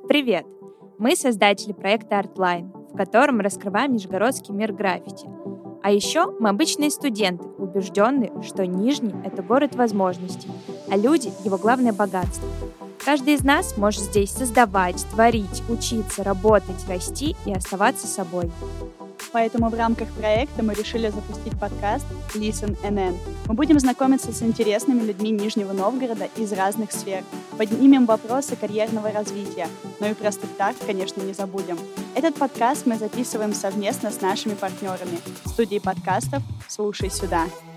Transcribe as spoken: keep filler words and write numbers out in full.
Привет! Мы создатели проекта Artline, в котором раскрываем нижегородский мир граффити. А еще мы обычные студенты, убежденные, что Нижний — это город возможностей, а люди — его главное богатство. Каждый из нас может здесь создавать, творить, учиться, работать, расти и оставаться собой. Поэтому в рамках проекта мы решили запустить подкаст Listen эн эн. Мы будем знакомиться с интересными людьми Нижнего Новгорода из разных сфер. Поднимем вопросы карьерного развития, но и про стартап, конечно, не забудем. Этот подкаст мы записываем совместно с нашими партнерами в студии подкастов «Слушай сюда».